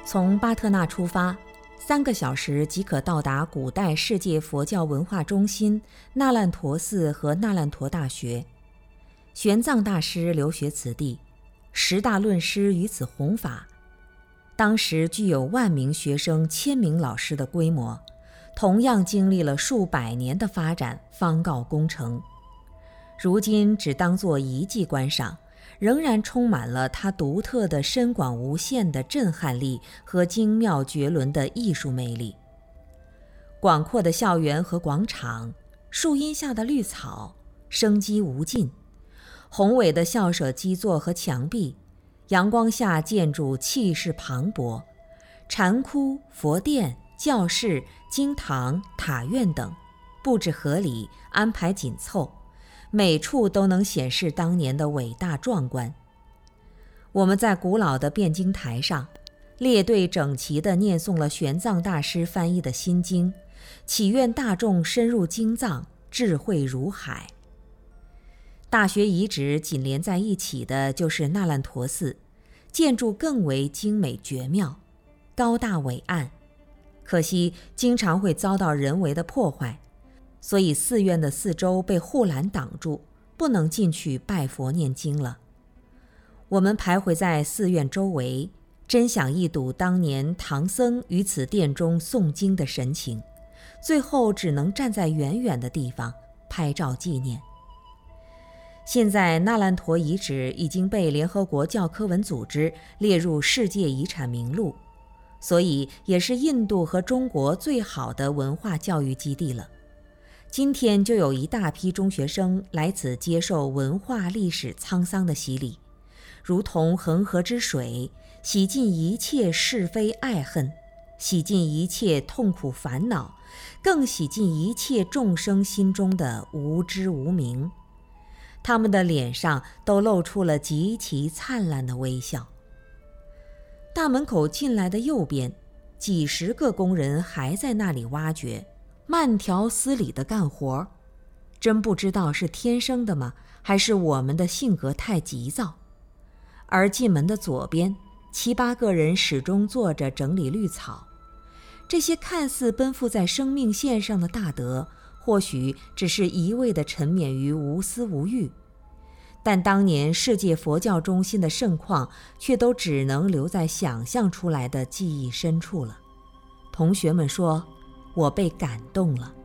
从巴特纳出发，3个小时即可到达古代世界佛教文化中心那烂陀寺和那烂陀大学。玄奘大师留学此地，10大论师于此弘法。当时具有10000名学生、1000名老师的规模，同样经历了数百年的发展方告功成。如今只当作遗迹观赏，仍然充满了它独特的深广无限的震撼力和精妙绝伦的艺术魅力。广阔的校园和广场，树荫下的绿草，生机无尽；宏伟的校舍基座和墙壁，阳光下建筑气势磅礴，禅窟、佛殿、教室、经堂、塔院等布置合理，安排紧凑，每处都能显示当年的伟大壮观。我们在古老的辩经台上，列队整齐地念诵了玄奘大师翻译的心经，祈愿大众深入经藏，智慧如海。大学遗址紧连在一起的就是那烂陀寺，建筑更为精美绝妙，高大伟岸。可惜经常会遭到人为的破坏，所以寺院的四周被护栏挡住，不能进去拜佛念经了。我们徘徊在寺院周围，真想一睹当年唐僧于此殿中诵经的神情，最后只能站在远远的地方拍照纪念。现在那烂陀遗址已经被联合国教科文组织列入世界遗产名录，所以也是印度和中国最好的文化教育基地了。今天就有一大批中学生来此接受文化历史沧桑的洗礼，如同恒河之水，洗尽一切是非爱恨，洗尽一切痛苦烦恼，更洗尽一切众生心中的无知无明。他们的脸上都露出了极其灿烂的微笑。大门口进来的右边，几十个工人还在那里挖掘，慢条斯理地干活，真不知道是天生的吗，还是我们的性格太急躁。而进门的左边，7、8个人始终坐着整理绿草。这些看似奔赴在生命线上的大德，或许只是一味地沉湎于无私无欲，但当年世界佛教中心的盛况却都只能留在想象出来的记忆深处了。同学们说，我被感动了。